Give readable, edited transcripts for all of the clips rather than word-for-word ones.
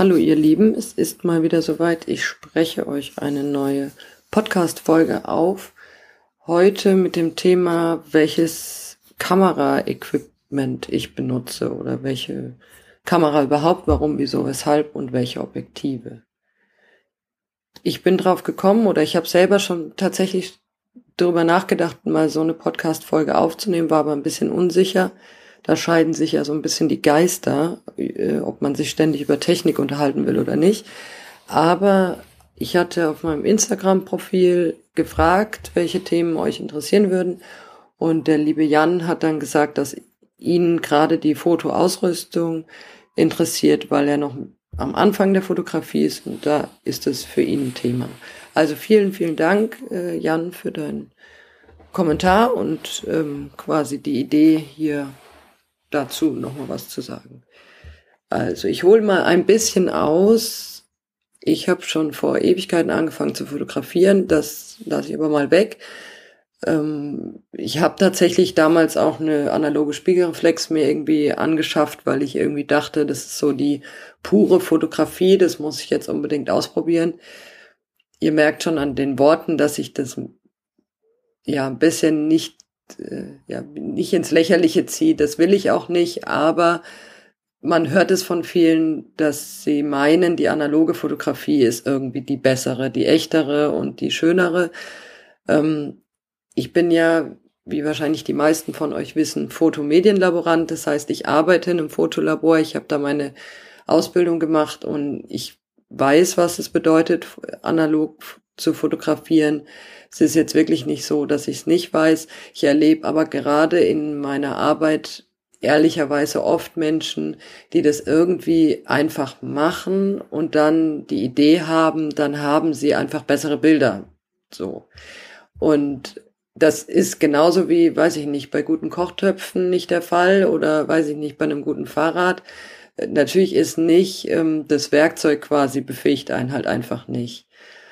Hallo ihr Lieben, es ist mal wieder soweit. Ich spreche euch eine neue Podcast-Folge auf. Heute mit dem Thema, welches Kameraequipment ich benutze oder welche Kamera überhaupt, warum, wieso, weshalb und welche Objektive. Ich bin drauf gekommen oder ich habe selber schon tatsächlich darüber nachgedacht, mal so eine Podcast-Folge aufzunehmen, war aber ein bisschen unsicher. Da scheiden sich ja so ein bisschen die Geister, ob man sich ständig über Technik unterhalten will oder nicht. Aber ich hatte auf meinem Instagram-Profil gefragt, welche Themen euch interessieren würden. Und der liebe Jan hat dann gesagt, dass ihn gerade die Fotoausrüstung interessiert, weil er noch am Anfang der Fotografie ist und da ist es für ihn ein Thema. Also vielen, vielen Dank, Jan, für deinen Kommentar und quasi die Idee hier dazu nochmal was zu sagen. Also ich hole mal ein bisschen aus. Ich habe schon vor Ewigkeiten angefangen zu fotografieren, das lasse ich aber mal weg. Ich habe tatsächlich damals auch eine analoge Spiegelreflex mir irgendwie angeschafft, weil ich irgendwie dachte, das ist so die pure Fotografie, das muss ich jetzt unbedingt ausprobieren. Ihr merkt schon an den Worten, dass ich das ja ein bisschen nicht ins Lächerliche ziehe, das will ich auch nicht, aber man hört es von vielen, dass sie meinen, die analoge Fotografie ist irgendwie die bessere, die echtere und die schönere. Ich bin ja, wie wahrscheinlich die meisten von euch wissen, Fotomedienlaborant, das heißt, ich arbeite in einem Fotolabor, ich habe da meine Ausbildung gemacht und ich weiß, was es bedeutet, analog zu fotografieren. Es ist jetzt wirklich nicht so, dass ich es nicht weiß. Ich erlebe aber gerade in meiner Arbeit ehrlicherweise oft Menschen, die das irgendwie einfach machen und dann die Idee haben, dann haben sie einfach bessere Bilder. So. Und das ist genauso wie, weiß ich nicht, bei guten Kochtöpfen nicht der Fall oder weiß ich nicht, bei einem guten Fahrrad. Natürlich ist nicht, das Werkzeug quasi befähigt einen halt einfach nicht.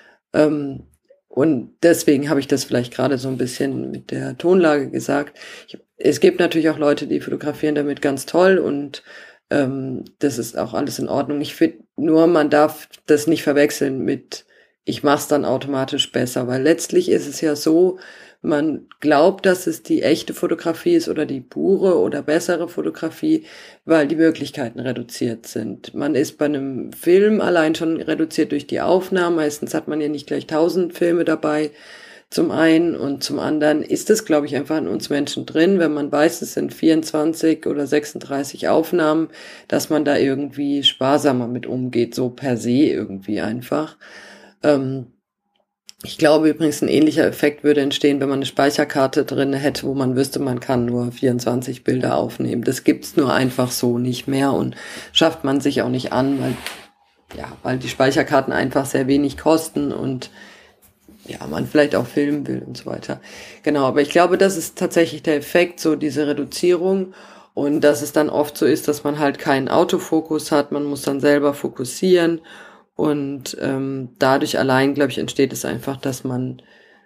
Und deswegen habe ich das vielleicht gerade so ein bisschen mit der Tonlage gesagt. Es gibt natürlich auch Leute, die fotografieren damit ganz toll und das ist auch alles in Ordnung. Ich finde nur, man darf das nicht verwechseln mit, ich mache es dann automatisch besser, weil letztlich ist es ja so, man glaubt, dass es die echte Fotografie ist oder die pure oder bessere Fotografie, weil die Möglichkeiten reduziert sind. Man ist bei einem Film allein schon reduziert durch die Aufnahmen. Meistens hat man ja nicht gleich 1000 Filme dabei, zum einen. Und zum anderen ist es, glaube ich, einfach in uns Menschen drin, wenn man weiß, es sind 24 oder 36 Aufnahmen, dass man da irgendwie sparsamer mit umgeht, so per se irgendwie einfach. Ich glaube übrigens, ein ähnlicher Effekt würde entstehen, wenn man eine Speicherkarte drin hätte, wo man wüsste, man kann nur 24 Bilder aufnehmen. Das gibt's nur einfach so nicht mehr und schafft man sich auch nicht an, weil die Speicherkarten einfach sehr wenig kosten und ja, man vielleicht auch filmen will und so weiter. Genau, aber ich glaube, das ist tatsächlich der Effekt, so diese Reduzierung und dass es dann oft so ist, dass man halt keinen Autofokus hat, man muss dann selber fokussieren. Und dadurch allein, glaube ich, entsteht es einfach, dass man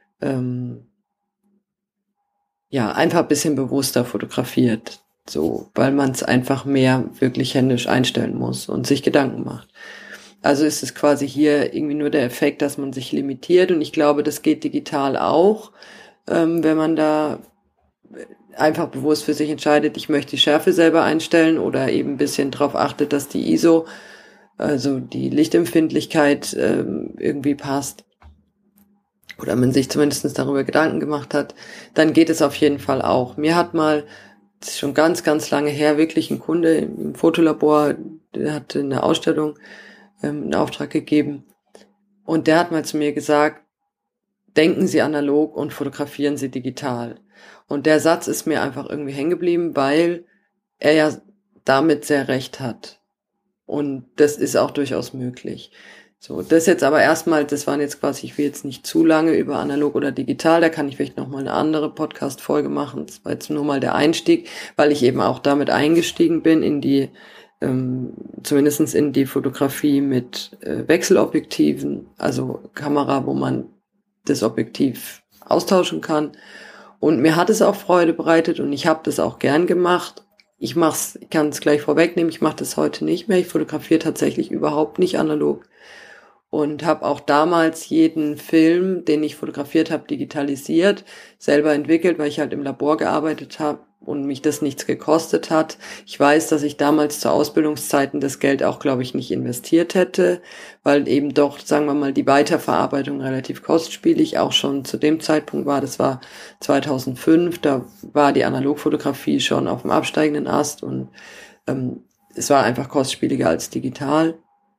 einfach ein bisschen bewusster fotografiert, so, weil man es einfach mehr wirklich händisch einstellen muss und sich Gedanken macht. Also ist es quasi hier irgendwie nur der Effekt, dass man sich limitiert und ich glaube, das geht digital auch, wenn man da einfach bewusst für sich entscheidet, ich möchte die Schärfe selber einstellen oder eben ein bisschen drauf achtet, dass die ISO, also die Lichtempfindlichkeit irgendwie passt oder man sich zumindest darüber Gedanken gemacht hat, dann geht es auf jeden Fall auch. Mir hat mal, das ist schon ganz, ganz lange her, wirklich ein Kunde im Fotolabor, der hatte eine Ausstellung in Auftrag gegeben und der hat mal zu mir gesagt, denken Sie analog und fotografieren Sie digital. Und der Satz ist mir einfach irgendwie hängen geblieben, weil er ja damit sehr recht hat. Und das ist auch durchaus möglich. So, das jetzt aber erstmal, das waren jetzt quasi, ich will jetzt nicht zu lange über analog oder digital, da kann ich vielleicht nochmal eine andere Podcast-Folge machen. Das war jetzt nur mal der Einstieg, weil ich eben auch damit eingestiegen bin in die, zumindest in die Fotografie mit Wechselobjektiven, also Kamera, wo man das Objektiv austauschen kann. Und mir hat es auch Freude bereitet und ich habe das auch gern gemacht. ich kann es gleich vorwegnehmen, ich mache das heute nicht mehr. Ich fotografiere tatsächlich überhaupt nicht analog und habe auch damals jeden Film, den ich fotografiert habe, digitalisiert, selber entwickelt, weil ich halt im Labor gearbeitet habe und mich das nichts gekostet hat. Ich weiß, dass ich damals zu Ausbildungszeiten das Geld auch, glaube ich, nicht investiert hätte, weil eben doch, sagen wir mal, die Weiterverarbeitung relativ kostspielig auch schon zu dem Zeitpunkt war. Das war 2005, da war die Analogfotografie schon auf dem absteigenden Ast und es war einfach kostspieliger als digital.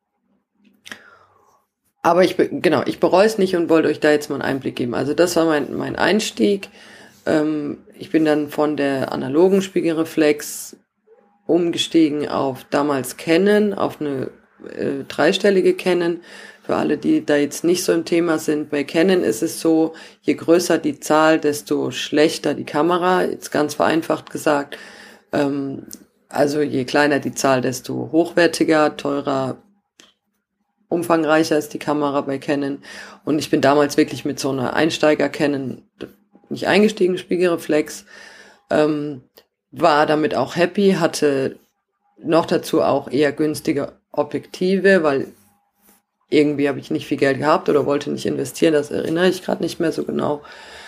Aber ich bereue es nicht und wollte euch da jetzt mal einen Einblick geben. Also das war mein Einstieg. Ich bin dann von der analogen Spiegelreflex umgestiegen auf damals Canon, auf eine dreistellige Canon. Für alle, die da jetzt nicht so im Thema sind, bei Canon ist es so, je größer die Zahl, desto schlechter die Kamera, jetzt ganz vereinfacht gesagt. Also je kleiner die Zahl, desto hochwertiger, teurer, umfangreicher ist die Kamera bei Canon. Und ich bin damals wirklich mit so einer Einsteiger-Canon nicht eingestiegen, Spiegelreflex, war damit auch happy, hatte noch dazu auch eher günstige Objektive, weil irgendwie habe ich nicht viel Geld gehabt oder wollte nicht investieren, das erinnere ich gerade nicht mehr so genau.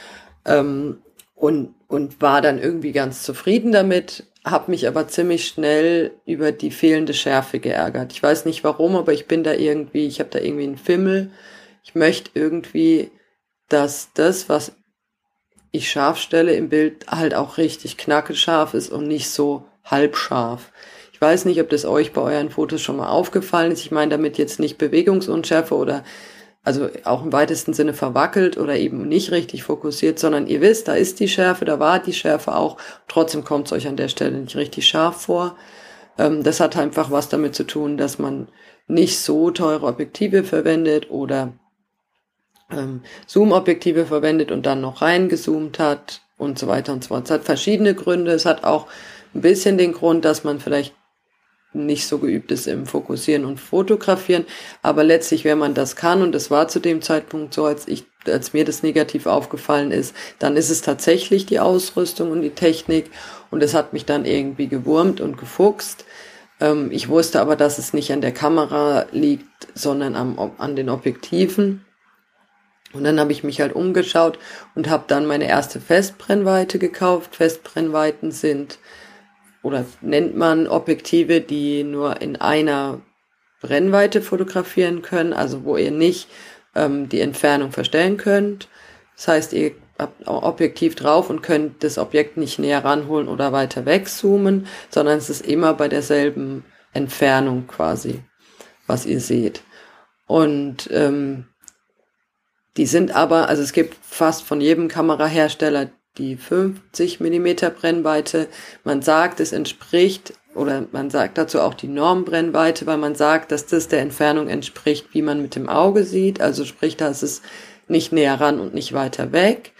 Und war dann irgendwie ganz zufrieden damit, habe mich aber ziemlich schnell über die fehlende Schärfe geärgert. Ich weiß nicht warum, aber ich habe da irgendwie einen Fimmel. Ich möchte irgendwie, dass das, was ich scharf stelle im Bild, halt auch richtig knackescharf ist und nicht so halbscharf. Ich weiß nicht, ob das euch bei euren Fotos schon mal aufgefallen ist. Ich meine damit jetzt nicht Bewegungsunschärfe oder also auch im weitesten Sinne verwackelt oder eben nicht richtig fokussiert, sondern ihr wisst, da ist die Schärfe, da war die Schärfe auch. Trotzdem kommt es euch an der Stelle nicht richtig scharf vor. Das hat einfach was damit zu tun, dass man nicht so teure Objektive verwendet oder Zoom-Objektive verwendet und dann noch reingezoomt hat und so weiter und so fort. Es hat verschiedene Gründe. Es hat auch ein bisschen den Grund, dass man vielleicht nicht so geübt ist im Fokussieren und Fotografieren, aber letztlich, wenn man das kann, und das war zu dem Zeitpunkt so, als mir das negativ aufgefallen ist, dann ist es tatsächlich die Ausrüstung und die Technik und es hat mich dann irgendwie gewurmt und gefuchst. Ich wusste aber, dass es nicht an der Kamera liegt, sondern an den Objektiven. Und dann habe ich mich halt umgeschaut und habe dann meine erste Festbrennweite gekauft. Festbrennweiten sind oder nennt man Objektive, die nur in einer Brennweite fotografieren können, also wo ihr nicht die Entfernung verstellen könnt. Das heißt, ihr habt ein Objektiv drauf und könnt das Objekt nicht näher ranholen oder weiter wegzoomen, sondern es ist immer bei derselben Entfernung quasi, was ihr seht. Und die sind aber, also es gibt fast von jedem Kamerahersteller die 50 Millimeter Brennweite. Man sagt, es entspricht, oder man sagt dazu auch die Normbrennweite, weil man sagt, dass das der Entfernung entspricht, wie man mit dem Auge sieht. Also sprich, da ist es nicht näher ran und nicht weiter weg.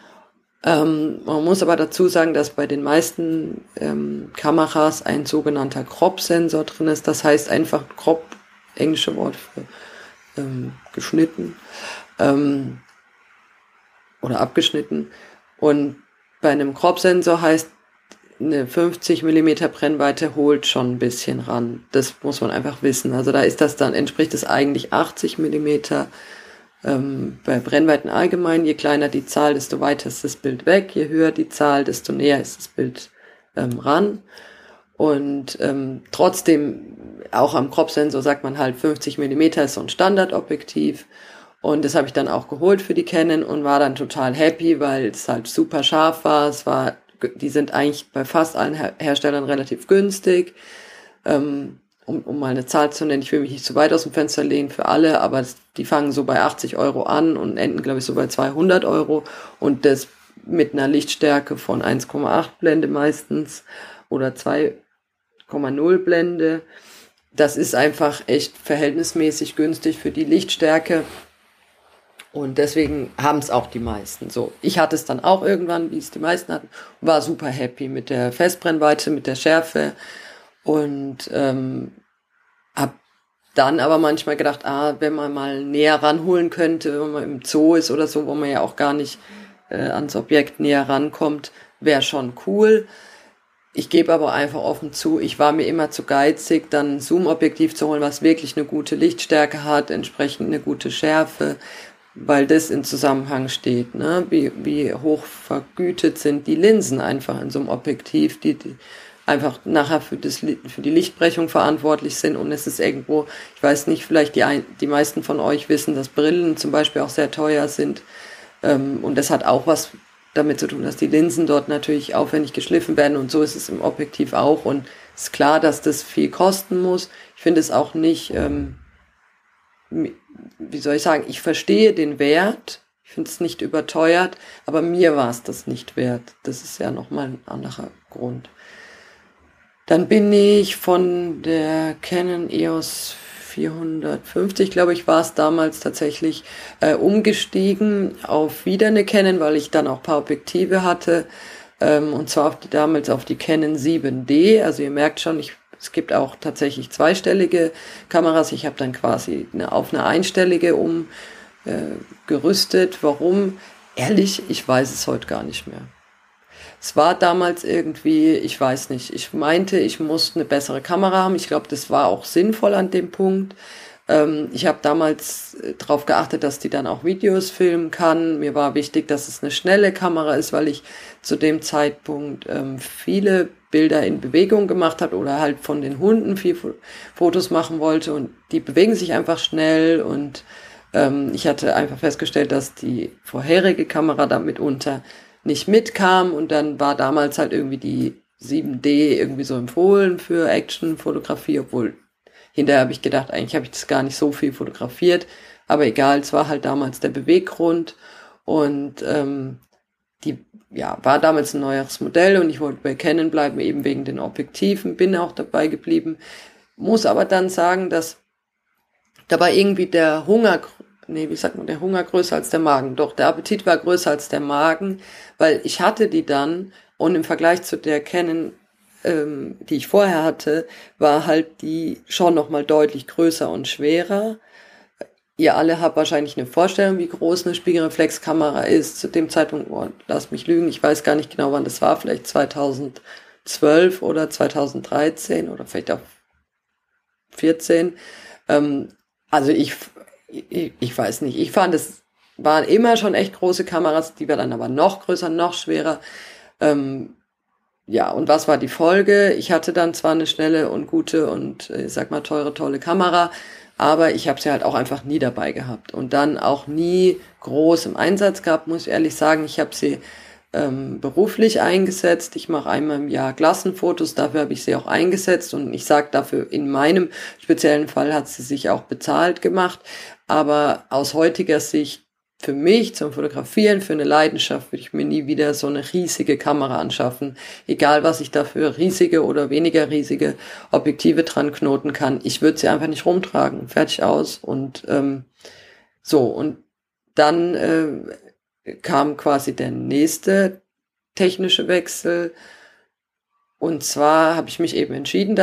Man muss aber dazu sagen, dass bei den meisten Kameras ein sogenannter Crop-Sensor drin ist. Das heißt einfach Crop, englische Wort für geschnitten oder abgeschnitten. Und bei einem Crop-Sensor heißt, eine 50 Millimeter Brennweite holt schon ein bisschen ran. Das muss man einfach wissen. Also da entspricht es eigentlich 80 Millimeter. Bei Brennweiten allgemein, je kleiner die Zahl, desto weiter ist das Bild weg. Je höher die Zahl, desto näher ist das Bild ran. Und trotzdem, auch am Crop-Sensor sagt man halt, 50 Millimeter ist so ein Standardobjektiv. Und das habe ich dann auch geholt für die Canon und war dann total happy, weil es halt super scharf war. Die sind eigentlich bei fast allen Herstellern relativ günstig. Um mal eine Zahl zu nennen, ich will mich nicht zu weit aus dem Fenster lehnen für alle, aber die fangen so bei 80 Euro an und enden, glaube ich, so bei 200 Euro. Und das mit einer Lichtstärke von 1,8 Blende meistens oder 2,0 Blende. Das ist einfach echt verhältnismäßig günstig für die Lichtstärke. Und deswegen haben es auch die meisten. So, ich hatte es dann auch irgendwann, wie es die meisten hatten, war super happy mit der Festbrennweite, mit der Schärfe und habe dann aber manchmal gedacht, wenn man mal näher ranholen könnte, wenn man im Zoo ist oder so, wo man ja auch gar nicht ans Objekt näher rankommt, wäre schon cool. Ich gebe aber einfach offen zu, ich war mir immer zu geizig, dann ein Zoom-Objektiv zu holen, was wirklich eine gute Lichtstärke hat, entsprechend eine gute Schärfe, weil das in Zusammenhang steht, ne? Wie hoch vergütet sind die Linsen einfach in so einem Objektiv, die einfach nachher für die Lichtbrechung verantwortlich sind. Und es ist irgendwo, ich weiß nicht, vielleicht die meisten von euch wissen, dass Brillen zum Beispiel auch sehr teuer sind. Und das hat auch was damit zu tun, dass die Linsen dort natürlich aufwendig geschliffen werden. Und so ist es im Objektiv auch. Und es ist klar, dass das viel kosten muss. Ich finde es auch nicht, wie soll ich sagen, ich verstehe den Wert. Ich finde es nicht überteuert, aber mir war es das nicht wert. Das ist ja nochmal ein anderer Grund. Dann bin ich von der Canon EOS 450, glaube ich, war es damals tatsächlich, umgestiegen auf wieder eine Canon, weil ich dann auch ein paar Objektive hatte, und zwar damals auf die Canon 7D. Also ihr merkt schon, es gibt auch tatsächlich zweistellige Kameras. Ich habe dann quasi auf eine einstellige gerüstet. Warum? Ehrlich, ich weiß es heute gar nicht mehr. Es war damals irgendwie, ich weiß nicht, ich meinte, ich musste eine bessere Kamera haben. Ich glaube, das war auch sinnvoll an dem Punkt. Ich habe damals darauf geachtet, dass die dann auch Videos filmen kann. Mir war wichtig, dass es eine schnelle Kamera ist, weil ich zu dem Zeitpunkt viele Bilder in Bewegung gemacht habe oder halt von den Hunden viel Fotos machen wollte. Und die bewegen sich einfach schnell. Und ich hatte einfach festgestellt, dass die vorherige Kamera da mitunter nicht mitkam, und dann war damals halt irgendwie die 7D irgendwie so empfohlen für Actionfotografie, obwohl hinterher habe ich gedacht, eigentlich habe ich das gar nicht so viel fotografiert, aber egal, es war halt damals der Beweggrund, und war damals ein neueres Modell und ich wollte bei Canon bleiben, eben wegen den Objektiven, bin auch dabei geblieben, muss aber dann sagen, dass dabei irgendwie der Hunger größer als der Magen. Doch, der Appetit war größer als der Magen, weil ich hatte die dann, und im Vergleich zu der Canon, die ich vorher hatte, war halt die schon nochmal deutlich größer und schwerer. Ihr alle habt wahrscheinlich eine Vorstellung, wie groß eine Spiegelreflexkamera ist. Zu dem Zeitpunkt, lasst mich lügen, ich weiß gar nicht genau, wann das war, vielleicht 2012 oder 2013 oder vielleicht auch 2014. Also ich weiß nicht, ich fand, es waren immer schon echt große Kameras, die waren dann aber noch größer, noch schwerer. Und was war die Folge? Ich hatte dann zwar eine schnelle und gute und, ich sag mal, teure, tolle Kamera, aber ich habe sie halt auch einfach nie dabei gehabt und dann auch nie groß im Einsatz gehabt, muss ich ehrlich sagen. Ich habe sie beruflich eingesetzt. Ich mache einmal im Jahr Klassenfotos, dafür habe ich sie auch eingesetzt, und ich sage dafür, in meinem speziellen Fall hat sie sich auch bezahlt gemacht, aber aus heutiger Sicht für mich zum Fotografieren, für eine Leidenschaft, würde ich mir nie wieder so eine riesige Kamera anschaffen, egal was ich dafür riesige oder weniger riesige Objektive dran knoten kann. Ich würde sie einfach nicht rumtragen, fertig aus. Und und dann kam quasi der nächste technische Wechsel. Und zwar habe ich mich eben entschieden,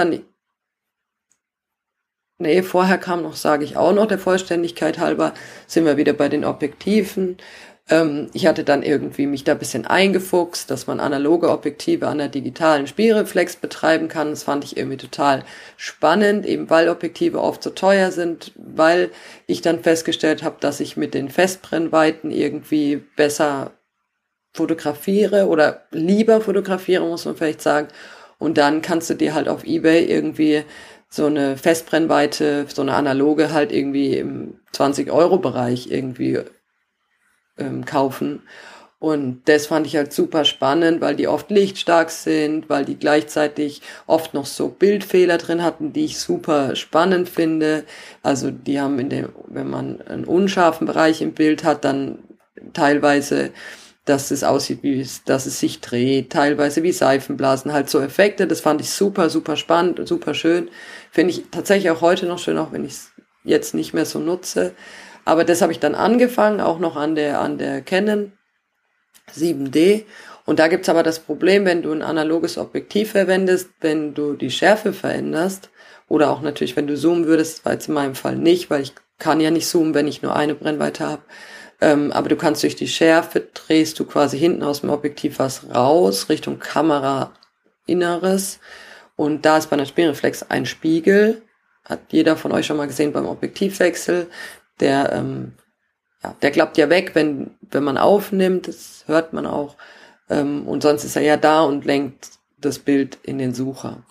vorher kam noch, sage ich auch noch, der Vollständigkeit halber, sind wir wieder bei den Objektiven. Ich hatte dann irgendwie mich da ein bisschen eingefuchst, dass man analoge Objektive an der digitalen Spiegelreflex betreiben kann. Das fand ich irgendwie total spannend, eben weil Objektive oft so teuer sind, weil ich dann festgestellt habe, dass ich mit den Festbrennweiten irgendwie besser fotografiere oder lieber fotografiere, muss man vielleicht sagen. Und dann kannst du dir halt auf eBay irgendwie so eine Festbrennweite, so eine analoge halt irgendwie im 20-Euro-Bereich irgendwie kaufen. Und das fand ich halt super spannend, weil die oft lichtstark sind, weil die gleichzeitig oft noch so Bildfehler drin hatten, die ich super spannend finde. Also die haben wenn man einen unscharfen Bereich im Bild hat, dann teilweise, dass es aussieht, dass es sich dreht, teilweise wie Seifenblasen, halt so Effekte. Das fand ich super, super spannend und super schön. Finde ich tatsächlich auch heute noch schön, auch wenn ich es jetzt nicht mehr so nutze. Aber das habe ich dann angefangen, auch noch an der Canon 7D. Und da gibt's aber das Problem, wenn du ein analoges Objektiv verwendest, wenn du die Schärfe veränderst, oder auch natürlich, wenn du zoomen würdest, das war jetzt in meinem Fall nicht, weil ich kann ja nicht zoomen, wenn ich nur eine Brennweite habe. Aber du kannst durch die Schärfe, drehst du quasi hinten aus dem Objektiv was raus, Richtung Kamera Inneres. Und da ist bei einer Spiegelreflex ein Spiegel, hat jeder von euch schon mal gesehen beim Objektivwechsel, der klappt ja weg, wenn man aufnimmt, das hört man auch, und sonst ist er ja da und lenkt das Bild in den Sucher.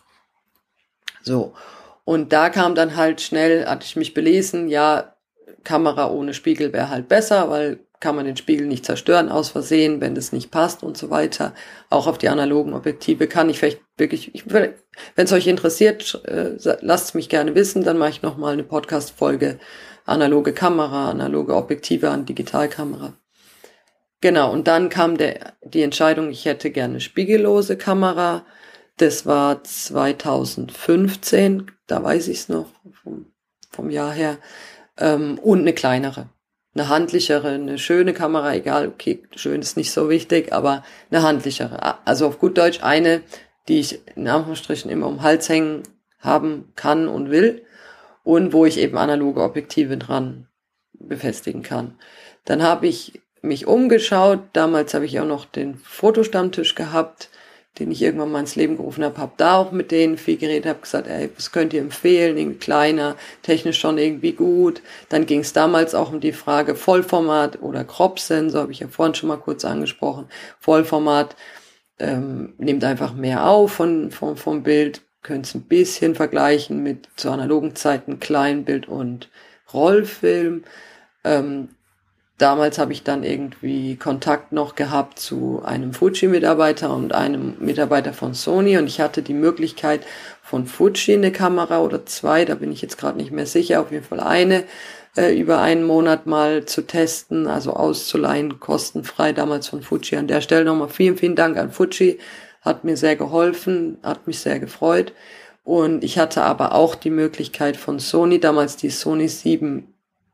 So, und da kam dann halt schnell, hatte ich mich belesen, ja, Kamera ohne Spiegel wäre halt besser, weil kann man den Spiegel nicht zerstören aus Versehen, wenn das nicht passt und so weiter. Auch auf die analogen Objektive kann ich vielleicht wirklich, wenn es euch interessiert, lasst es mich gerne wissen, dann mache ich nochmal eine Podcast-Folge analoge Kamera, analoge Objektive an Digitalkamera. Genau, und dann kam die Entscheidung, ich hätte gerne spiegellose Kamera. Das war 2015, da weiß ich es noch, vom Jahr her, und eine kleinere. Eine handlichere, eine schöne Kamera, egal, okay, schön ist nicht so wichtig, aber eine handlichere. Also auf gut Deutsch eine, die ich in Anführungsstrichen immer um den Hals hängen haben kann und will und wo ich eben analoge Objektive dran befestigen kann. Dann habe ich mich umgeschaut, damals habe ich auch noch den Fotostammtisch gehabt, den ich irgendwann mal ins Leben gerufen habe da auch mit denen viel geredet, habe gesagt, ey, was könnt ihr empfehlen, irgendwie kleiner, technisch schon irgendwie gut. Dann ging es damals auch um die Frage Vollformat oder Crop-Sensor, habe ich ja vorhin schon mal kurz angesprochen. Vollformat nimmt einfach mehr auf vom Bild, könnt es ein bisschen vergleichen mit zu analogen Zeiten Kleinbild und Rollfilm. Damals habe ich dann irgendwie Kontakt noch gehabt zu einem Fuji-Mitarbeiter und einem Mitarbeiter von Sony und ich hatte die Möglichkeit von Fuji eine Kamera oder zwei, da bin ich jetzt gerade nicht mehr sicher, auf jeden Fall eine, über einen Monat mal zu testen, also auszuleihen, kostenfrei, damals von Fuji. An der Stelle nochmal vielen, vielen Dank an Fuji, hat mir sehr geholfen, hat mich sehr gefreut und ich hatte aber auch die Möglichkeit von Sony, damals die Sony 7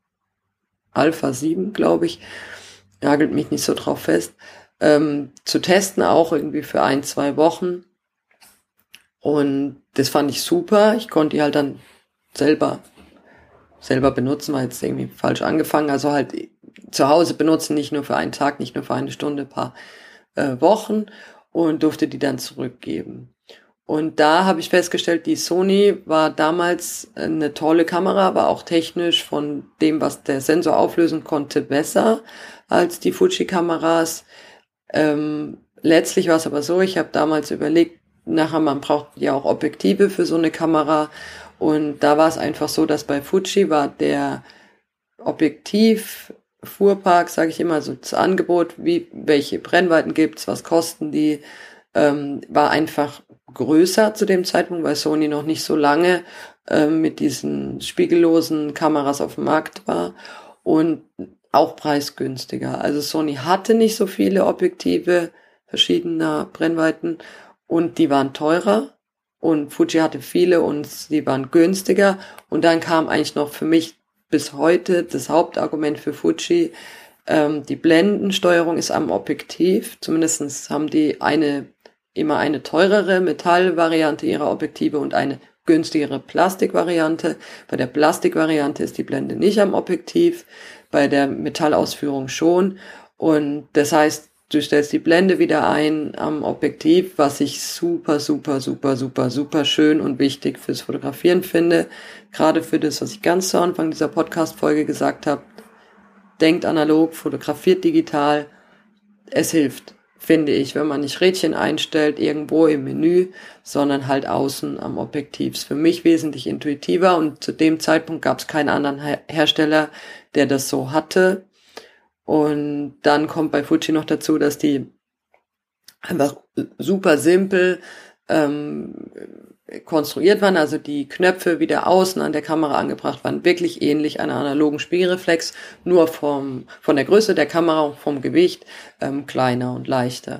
Alpha 7, glaube ich, nagelt mich nicht so drauf fest, zu testen, auch irgendwie für 1-2 Wochen. Und das fand ich super. Ich konnte die halt dann selber benutzen, war jetzt irgendwie falsch angefangen. Also halt zu Hause benutzen, nicht nur für einen Tag, nicht nur für eine Stunde, ein paar Wochen und durfte die dann zurückgeben. Und da habe ich festgestellt, die Sony war damals eine tolle Kamera, aber auch technisch von dem, was der Sensor auflösen konnte, besser als die Fuji-Kameras. Letztlich war es aber so, ich habe damals überlegt, nachher man braucht ja auch Objektive für so eine Kamera. Und da war es einfach so, dass bei Fuji war der Objektiv-Fuhrpark, sage ich immer, so das Angebot, welche Brennweiten gibt's, was kosten die, war einfach größer zu dem Zeitpunkt, weil Sony noch nicht so lange mit diesen spiegellosen Kameras auf dem Markt war und auch preisgünstiger. Also Sony hatte nicht so viele Objektive verschiedener Brennweiten und die waren teurer und Fuji hatte viele und sie waren günstiger und dann kam eigentlich noch für mich bis heute das Hauptargument für Fuji, die Blendensteuerung ist am Objektiv, zumindest haben die immer eine teurere Metallvariante ihrer Objektive und eine günstigere Plastikvariante. Bei der Plastikvariante ist die Blende nicht am Objektiv, bei der Metallausführung schon. Und das heißt, du stellst die Blende wieder ein am Objektiv, was ich super, super, super, super, super schön und wichtig fürs Fotografieren finde. Gerade für das, was ich ganz zu Anfang dieser Podcast-Folge gesagt habe. Denkt analog, fotografiert digital. Es hilft, finde ich, wenn man nicht Rädchen einstellt, irgendwo im Menü, sondern halt außen am Objektiv. Ist für mich wesentlich intuitiver und zu dem Zeitpunkt gab es keinen anderen Hersteller, der das so hatte. Und dann kommt bei Fuji noch dazu, dass die einfach super simpel konstruiert waren, also die Knöpfe wieder außen an der Kamera angebracht waren, wirklich ähnlich einer analogen Spiegelreflex, nur von der Größe der Kamera und vom Gewicht kleiner und leichter.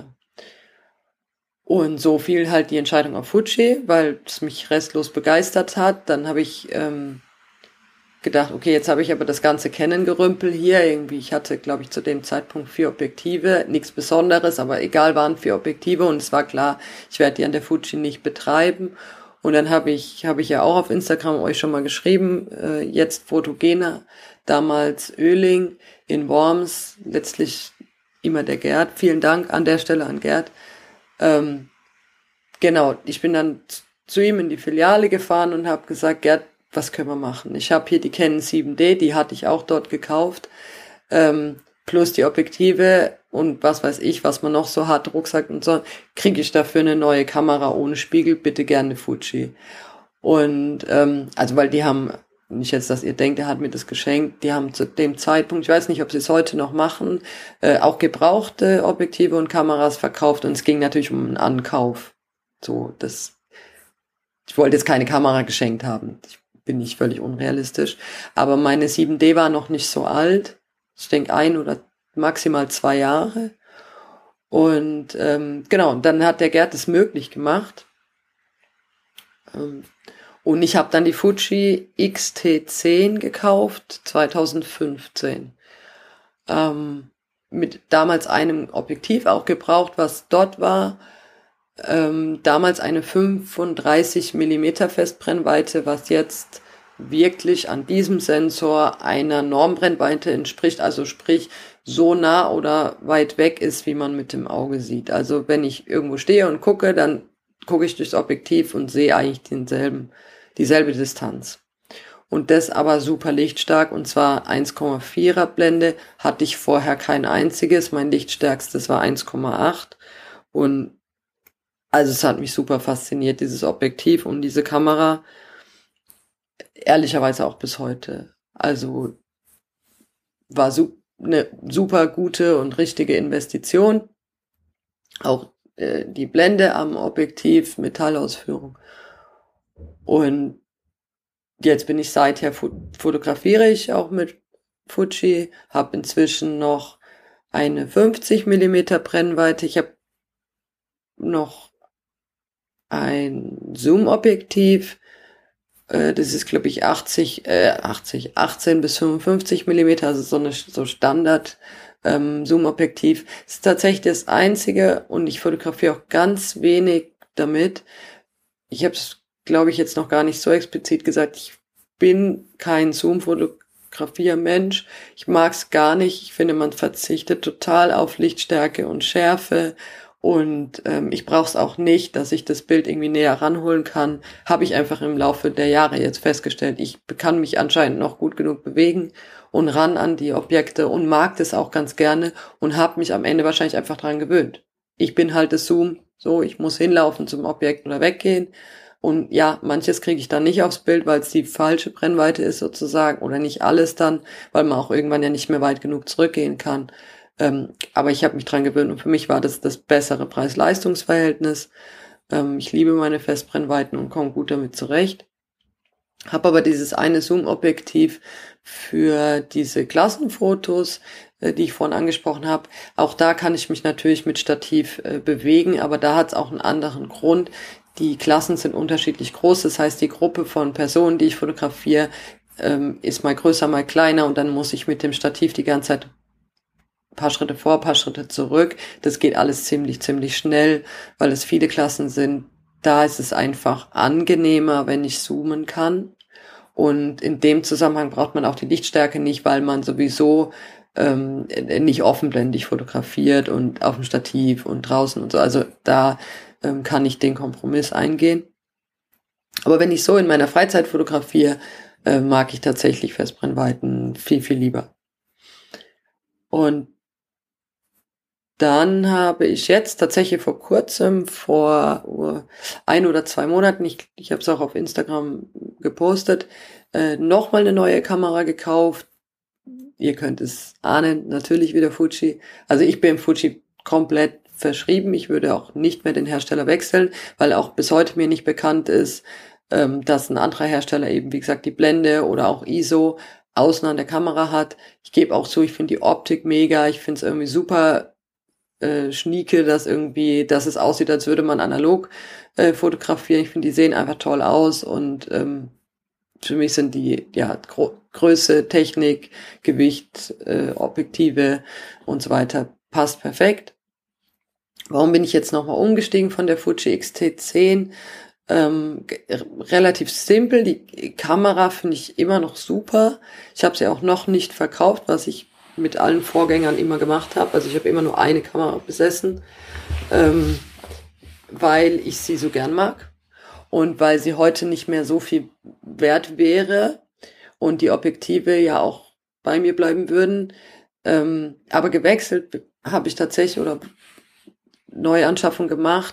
Und so fiel halt die Entscheidung auf Fuji, weil es mich restlos begeistert hat. Dann habe ich gedacht, okay, jetzt habe ich aber das ganze Canon-Gerümpel hier. Irgendwie, ich hatte, glaube ich, zu dem Zeitpunkt 4 Objektive, nichts Besonderes, aber egal, waren 4 Objektive und es war klar, ich werde die an der Fuji nicht betreiben. Und dann habe ich ja auch auf Instagram euch schon mal geschrieben, jetzt Fotogener, damals Oehling in Worms, letztlich immer der Gerd. Vielen Dank an der Stelle an Gerd. genau, ich bin dann zu ihm in die Filiale gefahren und habe gesagt, Gerd, was können wir machen? Ich habe hier die Canon 7D, die hatte ich auch dort gekauft, plus die Objektive und was weiß ich, was man noch so hat, Rucksack und so, kriege ich dafür eine neue Kamera ohne Spiegel, bitte gerne Fuji. Und also weil die haben, nicht jetzt, dass ihr denkt, er hat mir das geschenkt, die haben zu dem Zeitpunkt, ich weiß nicht, ob sie es heute noch machen, auch gebrauchte Objektive und Kameras verkauft und es ging natürlich um einen Ankauf. So, ich wollte jetzt keine Kamera geschenkt haben, ich bin nicht völlig unrealistisch, aber meine 7D war noch nicht so alt, ich denke 1 oder maximal 2 Jahre und genau, und dann hat der Gerd es möglich gemacht. Und ich habe dann die Fuji X-T10 gekauft, 2015. Mit damals einem Objektiv auch gebraucht, was dort war. Damals eine 35 Millimeter Festbrennweite, was jetzt wirklich an diesem Sensor einer Normbrennweite entspricht, also sprich so nah oder weit weg ist, wie man mit dem Auge sieht. Also wenn ich irgendwo stehe und gucke, dann gucke ich durchs Objektiv und sehe eigentlich dieselbe Distanz. Und das aber super lichtstark, und zwar 1,4er Blende, hatte ich vorher kein einziges, mein lichtstärkstes war 1,8 und also es hat mich super fasziniert, dieses Objektiv und diese Kamera, ehrlicherweise auch bis heute. Also war eine super gute und richtige Investition, auch die Blende am Objektiv, Metallausführung. Und jetzt bin ich seither, fotografiere ich auch mit Fuji, habe inzwischen noch eine 50 Millimeter Brennweite. Ich habe noch ein Zoom-Objektiv, das ist, glaube ich, 18 bis 55 Millimeter, also so Standard Zoom-Objektiv. Das ist tatsächlich das einzige und ich fotografiere auch ganz wenig damit. Ich habe es, glaube ich, jetzt noch gar nicht so explizit gesagt, ich bin kein Zoom-Fotografiermensch. Ich mag es gar nicht. Ich finde, man verzichtet total auf Lichtstärke und Schärfe und ich brauche es auch nicht, dass ich das Bild irgendwie näher ranholen kann. Habe ich einfach im Laufe der Jahre jetzt festgestellt. Ich kann mich anscheinend noch gut genug bewegen und ran an die Objekte und mag das auch ganz gerne und habe mich am Ende wahrscheinlich einfach dran gewöhnt. Ich bin halt das Zoom, so, ich muss hinlaufen zum Objekt oder weggehen. Und ja, manches kriege ich dann nicht aufs Bild, weil es die falsche Brennweite ist sozusagen, oder nicht alles dann, weil man auch irgendwann ja nicht mehr weit genug zurückgehen kann. Aber ich habe mich dran gewöhnt und für mich war das bessere Preis-Leistungs-Verhältnis. Ich liebe meine Festbrennweiten und komme gut damit zurecht. Habe aber dieses eine Zoom-Objektiv für diese Klassenfotos, die ich vorhin angesprochen habe. Auch da kann ich mich natürlich mit Stativ bewegen, aber da hat es auch einen anderen Grund. Die Klassen sind unterschiedlich groß, das heißt, die Gruppe von Personen, die ich fotografiere, ist mal größer, mal kleiner und dann muss ich mit dem Stativ die ganze Zeit ein paar Schritte vor, ein paar Schritte zurück. Das geht alles ziemlich schnell, weil es viele Klassen sind. Da ist es einfach angenehmer, wenn ich zoomen kann. Und in dem Zusammenhang braucht man auch die Lichtstärke nicht, weil man sowieso nicht offenblendig fotografiert und auf dem Stativ und draußen und so. Also da kann ich den Kompromiss eingehen. Aber wenn ich so in meiner Freizeit fotografiere, mag ich tatsächlich Festbrennweiten viel lieber. Und dann habe ich jetzt tatsächlich vor kurzem, vor 1 oder 2 Monaten, ich habe es auch auf Instagram gepostet, nochmal eine neue Kamera gekauft. Ihr könnt es ahnen, natürlich wieder Fuji. Also ich bin Fuji komplett verschrieben. Ich würde auch nicht mehr den Hersteller wechseln, weil auch bis heute mir nicht bekannt ist, dass ein anderer Hersteller eben, wie gesagt, die Blende oder auch ISO außen an der Kamera hat. Ich gebe auch zu, ich finde die Optik mega. Ich finde es irgendwie super schnieke, dass es aussieht, als würde man analog fotografieren. Ich finde, die sehen einfach toll aus und für mich sind die Größe, Technik, Gewicht, Objektive und so weiter passt perfekt. Warum bin ich jetzt nochmal umgestiegen von der Fuji X-T10? Relativ simpel. Die Kamera finde ich immer noch super. Ich habe sie auch noch nicht verkauft, was ich mit allen Vorgängern immer gemacht habe. Also ich habe immer nur eine Kamera besessen. weil ich sie so gern mag und weil sie heute nicht mehr so viel wert wäre und die Objektive ja auch bei mir bleiben würden. Aber gewechselt habe ich tatsächlich oder Neuanschaffung gemacht,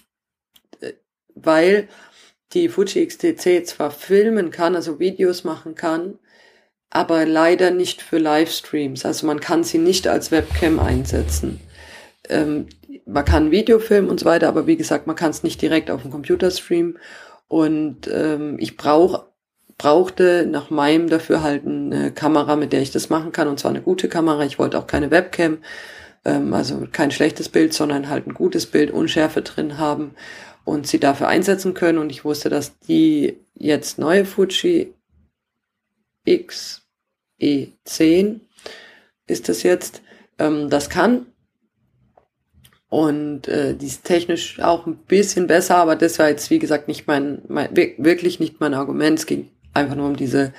weil die Fuji X-T10 zwar filmen kann, also Videos machen kann, aber leider nicht für Livestreams. Also man kann sie nicht als Webcam einsetzen. Man kann Video filmen und so weiter, aber wie gesagt, man kann es nicht direkt auf dem Computer streamen. Und ich brauchte nach meinem Dafürhalten eine Kamera, mit der ich das machen kann, und zwar eine gute Kamera. Ich wollte auch keine Webcam, also kein schlechtes Bild, sondern halt ein gutes Bild, Unschärfe drin haben und sie dafür einsetzen können. Und ich wusste, dass die jetzt neue Fuji X-E10 ist das jetzt, das kann. Und die ist technisch auch ein bisschen besser, aber das war jetzt, wie gesagt, nicht wirklich nicht mein Argument. Es ging einfach nur um diese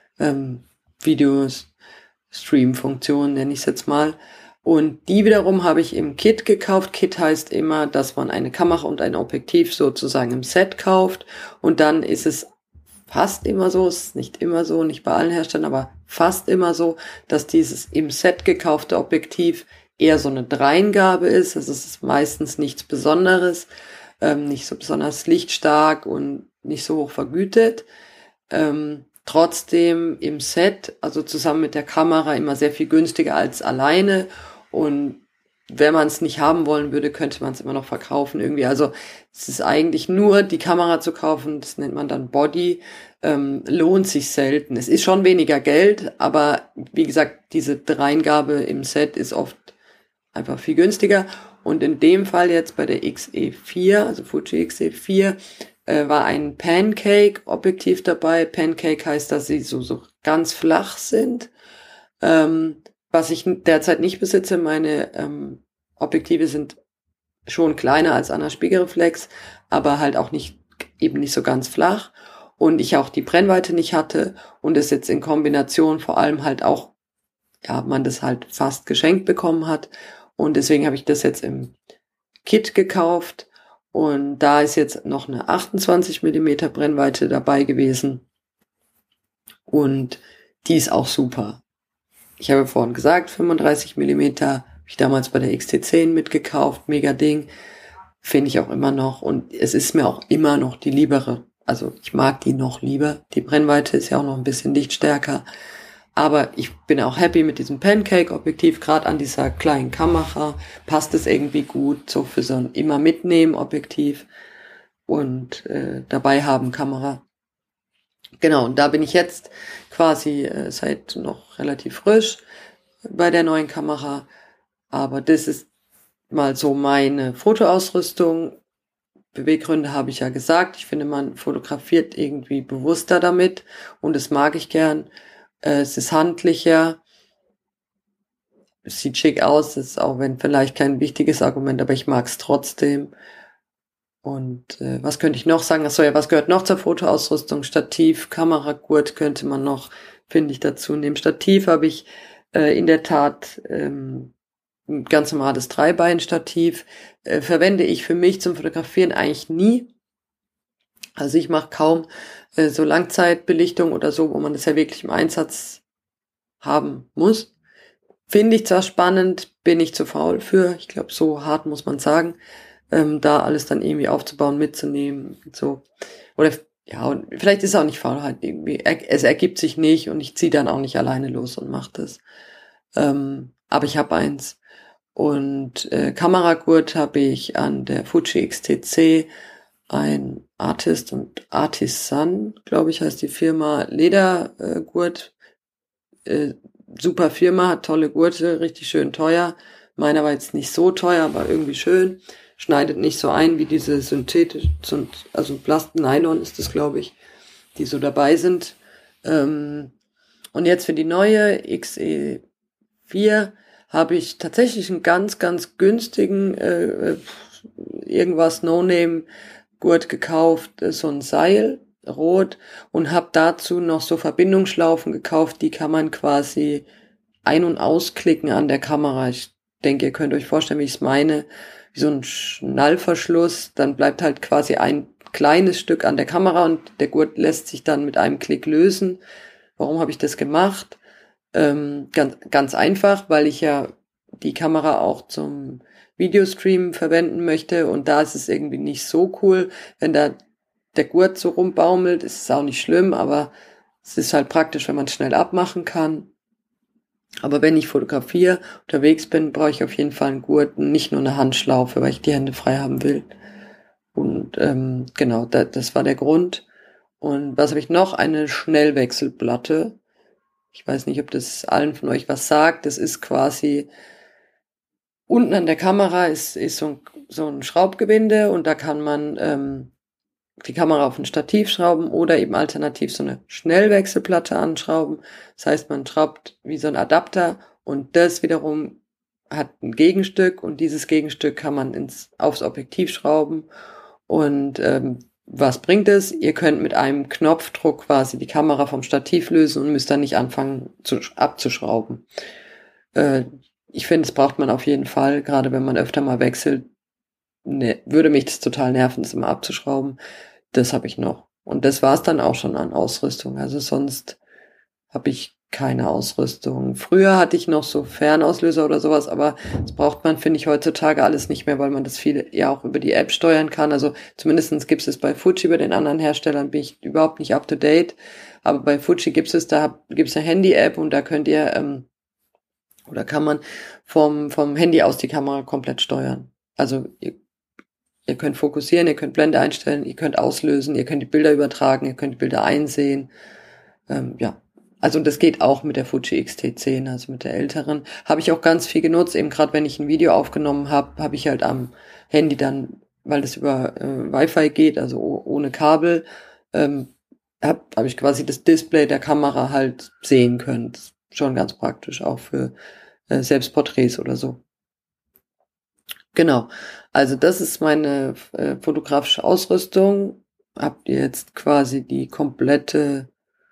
Videos-Stream-Funktion, nenne ich es jetzt mal. Und die wiederum habe ich im Kit gekauft. Kit heißt immer, dass man eine Kamera und ein Objektiv sozusagen im Set kauft. Und dann ist es fast immer so, es ist nicht immer so, nicht bei allen Herstellern, aber fast immer so, dass dieses im Set gekaufte Objektiv eher so eine Dreingabe ist. Also es ist meistens nichts Besonderes, nicht so besonders lichtstark und nicht so hoch vergütet. Trotzdem im Set, also zusammen mit der Kamera, immer sehr viel günstiger als alleine. Und wenn man es nicht haben wollen würde, könnte man es immer noch verkaufen irgendwie. Also es ist eigentlich nur die Kamera zu kaufen, das nennt man dann Body, lohnt sich selten. Es ist schon weniger Geld, aber wie gesagt, diese Dreingabe im Set ist oft einfach viel günstiger. Und in dem Fall jetzt bei der XE4, also Fuji XE4, war ein Pancake-Objektiv dabei. Pancake heißt, dass sie so ganz flach sind. Was ich derzeit nicht besitze, meine Objektive sind schon kleiner als an der Spiegelreflex, aber halt auch eben nicht so ganz flach. Und ich auch die Brennweite nicht hatte und es jetzt in Kombination vor allem halt auch, ja, man das halt fast geschenkt bekommen hat. Und deswegen habe ich das jetzt im Kit gekauft. Und da ist jetzt noch eine 28 mm Brennweite dabei gewesen. Und die ist auch super. Ich habe vorhin gesagt, 35 mm habe ich damals bei der XT10 mitgekauft. Mega Ding. Finde ich auch immer noch. Und es ist mir auch immer noch die liebere. Also ich mag die noch lieber. Die Brennweite ist ja auch noch ein bisschen lichtstärker. Aber ich bin auch happy mit diesem Pancake-Objektiv, gerade an dieser kleinen Kamera passt es irgendwie gut, so für so ein immer mitnehmen Objektiv und dabei haben Kamera. Genau, und da bin ich jetzt quasi seit noch relativ frisch bei der neuen Kamera, aber das ist mal so meine Fotoausrüstung. Beweggründe habe ich ja gesagt, ich finde, man fotografiert irgendwie bewusster damit und das mag ich gern. Es ist handlicher, es sieht schick aus, ist auch wenn vielleicht kein wichtiges Argument, aber ich mag es trotzdem. Und was könnte ich noch sagen? Achso, ja, was gehört noch zur Fotoausrüstung? Stativ, Kameragurt könnte man noch, finde ich, dazu nehmen. Stativ habe ich in der Tat ein ganz normales Dreibein-Stativ. Verwende ich für mich zum Fotografieren eigentlich nie. Also ich mache kaum so Langzeitbelichtung oder so, wo man das ja wirklich im Einsatz haben muss. Finde ich zwar spannend, bin ich zu faul für. Ich glaube, so hart muss man sagen, da alles dann irgendwie aufzubauen, mitzunehmen und so. Oder ja, und vielleicht ist es auch nicht Faulheit irgendwie. Es ergibt sich nicht und ich ziehe dann auch nicht alleine los und mache das. Aber ich habe eins. Und Kameragurt habe ich an der Fuji X-T10 ein Artist und Artisan, glaube ich, heißt die Firma, Ledergurt. Super Firma, hat tolle Gurte, richtig schön teuer. Meiner war jetzt nicht so teuer, aber irgendwie schön. Schneidet nicht so ein wie diese synthetisch, also Plast-Nylon ist das, glaube ich, die so dabei sind. Und jetzt für die neue XE4 habe ich tatsächlich einen ganz, ganz günstigen irgendwas No-Name-Gurt gekauft, so ein Seil, rot, und habe dazu noch so Verbindungsschlaufen gekauft, die kann man quasi ein- und ausklicken an der Kamera. denke, ihr könnt euch vorstellen, wie ich es meine, wie so ein Schnallverschluss, dann bleibt halt quasi ein kleines Stück an der Kamera und der Gurt lässt sich dann mit einem Klick lösen. Warum habe ich das gemacht? Ganz einfach, weil ich ja die Kamera auch zum Videostream verwenden möchte und da ist es irgendwie nicht so cool, wenn da der Gurt so rumbaumelt, ist es auch nicht schlimm, aber es ist halt praktisch, wenn man es schnell abmachen kann. Aber wenn ich fotografiere, unterwegs bin, brauche ich auf jeden Fall einen Gurt, nicht nur eine Handschlaufe, weil ich die Hände frei haben will. Und genau, das war der Grund. Und was habe ich noch? Eine Schnellwechselplatte. Ich weiß nicht, ob das allen von euch was sagt. Das ist quasi unten an der Kamera ist so ein Schraubgewinde und da kann man die Kamera auf ein Stativ schrauben oder eben alternativ so eine Schnellwechselplatte anschrauben. Das heißt, man schraubt wie so ein Adapter und das wiederum hat ein Gegenstück und dieses Gegenstück kann man aufs Objektiv schrauben. Und was bringt es? Ihr könnt mit einem Knopfdruck quasi die Kamera vom Stativ lösen und müsst dann nicht anfangen abzuschrauben. Ich finde, das braucht man auf jeden Fall, gerade wenn man öfter mal wechselt. Ne, würde mich das total nerven, das immer abzuschrauben. Das habe ich noch. Und das war es dann auch schon an Ausrüstung. Also sonst habe ich keine Ausrüstung. Früher hatte ich noch so Fernauslöser oder sowas, aber das braucht man, finde ich, heutzutage alles nicht mehr, weil man das viel ja auch über die App steuern kann. Also zumindest gibt es bei Fuji, bei den anderen Herstellern bin ich überhaupt nicht up to date. Aber bei Fuji gibt es eine Handy-App und da könnt ihr oder kann man vom Handy aus die Kamera komplett steuern. Also ihr könnt fokussieren, ihr könnt Blende einstellen, ihr könnt auslösen, ihr könnt die Bilder übertragen, ihr könnt die Bilder einsehen. Ja, also das geht auch mit der Fuji X-T10, also mit der älteren. Habe ich auch ganz viel genutzt, eben gerade wenn ich ein Video aufgenommen habe ich halt am Handy dann, weil das über Wi-Fi geht, also ohne Kabel, habe ich quasi das Display der Kamera halt sehen können. Das ist schon ganz praktisch, auch für Selbstporträts oder so. Genau, also das ist meine fotografische Ausrüstung. Habt ihr jetzt quasi die komplette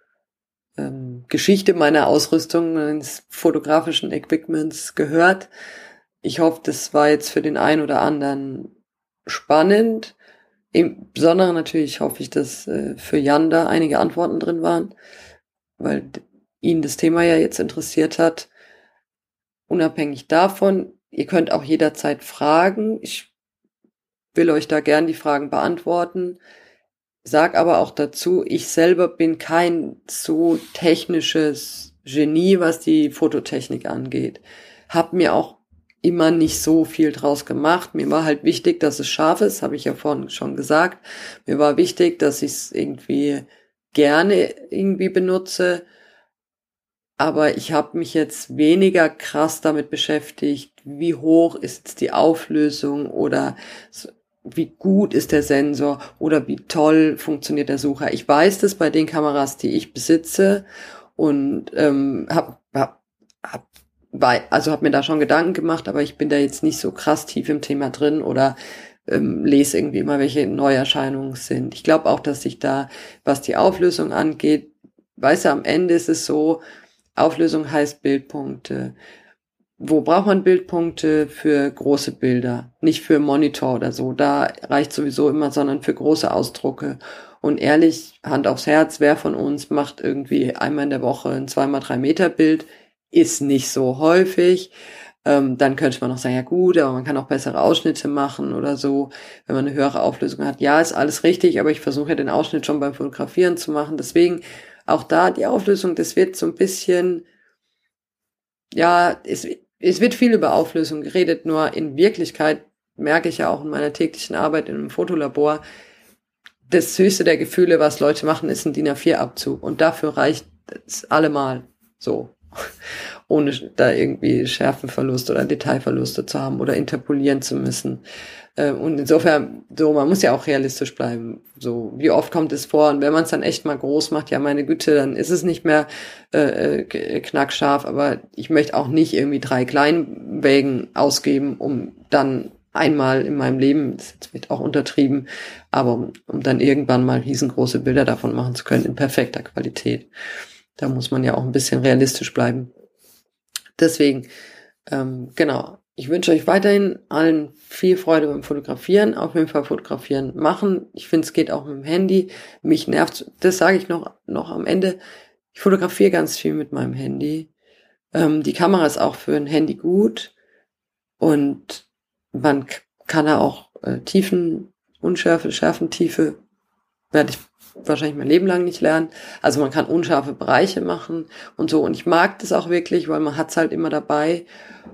Geschichte meiner Ausrüstung, meines fotografischen Equipments gehört. Ich hoffe, das war jetzt für den einen oder anderen spannend. Im Besonderen natürlich hoffe ich, dass für Jan da einige Antworten drin waren, weil ihn das Thema ja jetzt interessiert hat. Unabhängig davon, ihr könnt auch jederzeit fragen. Ich will euch da gern die Fragen beantworten. Sag aber auch dazu, ich selber bin kein so technisches Genie, was die Fototechnik angeht. Hab mir auch immer nicht so viel draus gemacht. Mir war halt wichtig, dass es scharf ist, habe ich ja vorhin schon gesagt. Mir war wichtig, dass ich es irgendwie gerne irgendwie benutze. Aber ich habe mich jetzt weniger krass damit beschäftigt, wie hoch ist jetzt die Auflösung oder wie gut ist der Sensor oder wie toll funktioniert der Sucher. Ich weiß das bei den Kameras, die ich besitze und hab mir da schon Gedanken gemacht, aber ich bin da jetzt nicht so krass tief im Thema drin oder lese irgendwie immer, welche Neuerscheinungen sind. Ich glaube auch, dass sich da, was die Auflösung angeht, weißt du, am Ende ist es so, Auflösung heißt Bildpunkte. Wo braucht man Bildpunkte? Für große Bilder, nicht für Monitor oder so. Da reicht sowieso immer, sondern für große Ausdrucke. Und ehrlich, Hand aufs Herz, wer von uns macht irgendwie einmal in der Woche ein 2x3 Meter Bild? Ist nicht so häufig. Dann könnte man noch sagen, ja gut, aber man kann auch bessere Ausschnitte machen oder so, wenn man eine höhere Auflösung hat. Ja, ist alles richtig, aber ich versuche ja den Ausschnitt schon beim Fotografieren zu machen. Deswegen auch da die Auflösung, das wird so ein bisschen, ja, es wird viel über Auflösung geredet, nur in Wirklichkeit merke ich ja auch in meiner täglichen Arbeit in einem Fotolabor, das höchste der Gefühle, was Leute machen, ist ein DIN A4-Abzug und dafür reicht es allemal so, ohne da irgendwie Schärfenverlust oder Detailverluste zu haben oder interpolieren zu müssen. Und insofern, so, man muss ja auch realistisch bleiben. So, wie oft kommt es vor? Und wenn man es dann echt mal groß macht, ja, meine Güte, dann ist es nicht mehr knackscharf. Aber ich möchte auch nicht irgendwie 3 Kleinwägen ausgeben, um dann einmal in meinem Leben, das wird auch untertrieben, aber um dann irgendwann mal riesengroße Bilder davon machen zu können in perfekter Qualität. Da muss man ja auch ein bisschen realistisch bleiben. Deswegen, genau. Ich wünsche euch weiterhin allen viel Freude beim Fotografieren. Auf jeden Fall fotografieren machen. Ich finde, es geht auch mit dem Handy. Mich nervt, das sage ich noch am Ende. Ich fotografiere ganz viel mit meinem Handy. Die Kamera ist auch für ein Handy gut. Und man kann da auch Tiefen, Unschärfe, Schärfentiefe, werde ich wahrscheinlich mein Leben lang nicht lernen. Also man kann unscharfe Bereiche machen und so. Und ich mag das auch wirklich, weil man hat's halt immer dabei.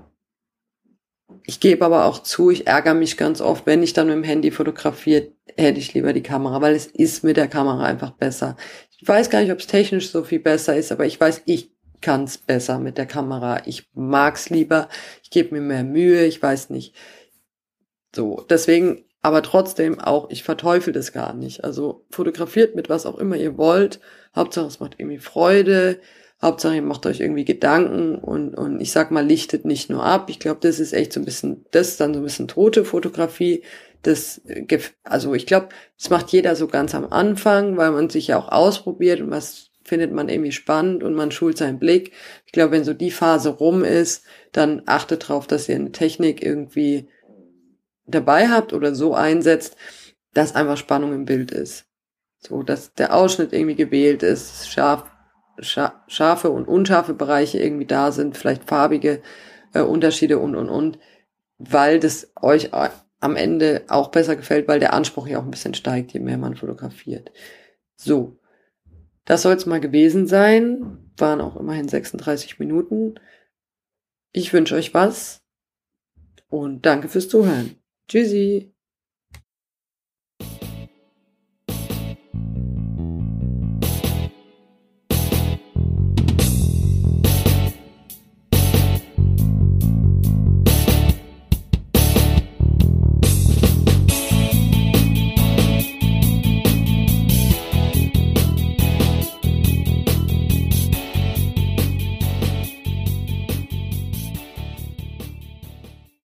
Ich gebe aber auch zu, ich ärgere mich ganz oft, wenn ich dann mit dem Handy fotografiere, hätte ich lieber die Kamera, weil es ist mit der Kamera einfach besser. Ich weiß gar nicht, ob es technisch so viel besser ist, aber ich weiß, ich kann es besser mit der Kamera. Ich mag's lieber, ich gebe mir mehr Mühe, ich weiß nicht. So, deswegen, aber trotzdem auch, ich verteufel das gar nicht. Also fotografiert mit was auch immer ihr wollt. Hauptsache es macht irgendwie Freude. Hauptsache ihr macht euch irgendwie Gedanken und ich sag mal, lichtet nicht nur ab. Ich glaube, das ist echt so ein bisschen, das ist dann so ein bisschen tote Fotografie. Also ich glaube, das macht jeder so ganz am Anfang, weil man sich ja auch ausprobiert und was findet man irgendwie spannend und man schult seinen Blick. Ich glaube, wenn so die Phase rum ist, dann achtet drauf, dass ihr eine Technik irgendwie dabei habt oder so einsetzt, dass einfach Spannung im Bild ist. So, dass der Ausschnitt irgendwie gewählt ist, scharfe und unscharfe Bereiche irgendwie da sind, vielleicht farbige Unterschiede und, weil das euch am Ende auch besser gefällt, weil der Anspruch ja auch ein bisschen steigt, je mehr man fotografiert. So, das soll es mal gewesen sein. Waren auch immerhin 36 Minuten. Ich wünsche euch was und danke fürs Zuhören. Tschüssi.